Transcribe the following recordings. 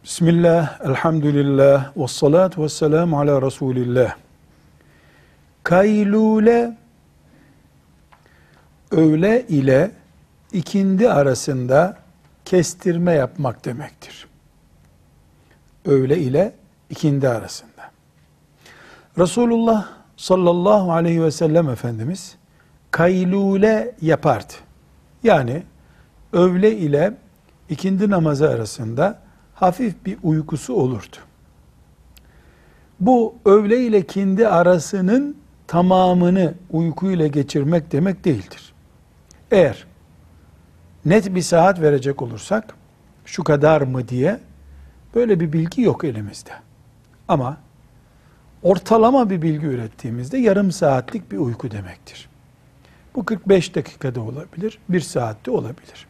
Bismillah, elhamdülillah, ve salatu ve selamu ala Resulillah. Kaylule, öğle ile ikindi arasında kestirme yapmak demektir. Öğle ile ikindi arasında. Resulullah sallallahu aleyhi ve sellem Efendimiz kaylule yapardı. Yani öğle ile ikindi namazı arasında hafif bir uykusu olurdu. Bu öğle ile ikindi arasının tamamını uykuyla geçirmek demek değildir. Eğer net bir saat verecek olursak, şu kadar mı diye böyle bir bilgi yok elimizde. Ama ortalama bir bilgi ürettiğimizde yarım saatlik bir uyku demektir. Bu 45 dakikada olabilir, 1 saatte olabilir.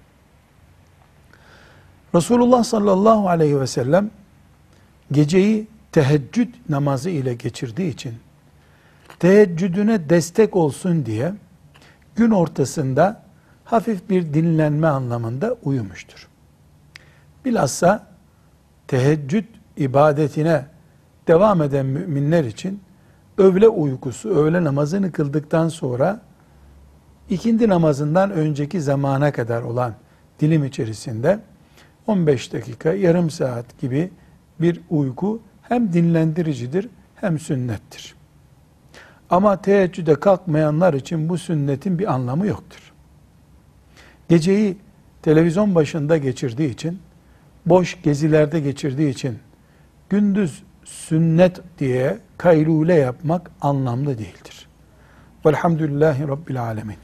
Resulullah sallallahu aleyhi ve sellem geceyi teheccüd namazı ile geçirdiği için teheccüdüne destek olsun diye gün ortasında hafif bir dinlenme anlamında uyumuştur. Bilhassa teheccüd ibadetine devam eden müminler için öğle uykusu, öğle namazını kıldıktan sonra ikindi namazından önceki zamana kadar olan dilim içerisinde 15 dakika, yarım saat gibi bir uyku hem dinlendiricidir hem sünnettir. Ama teheccüde kalkmayanlar için bu sünnetin bir anlamı yoktur. Geceyi televizyon başında geçirdiği için, boş gezilerde geçirdiği için, gündüz sünnet diye kaylule yapmak anlamlı değildir. Velhamdülillahi Rabbil Alemin.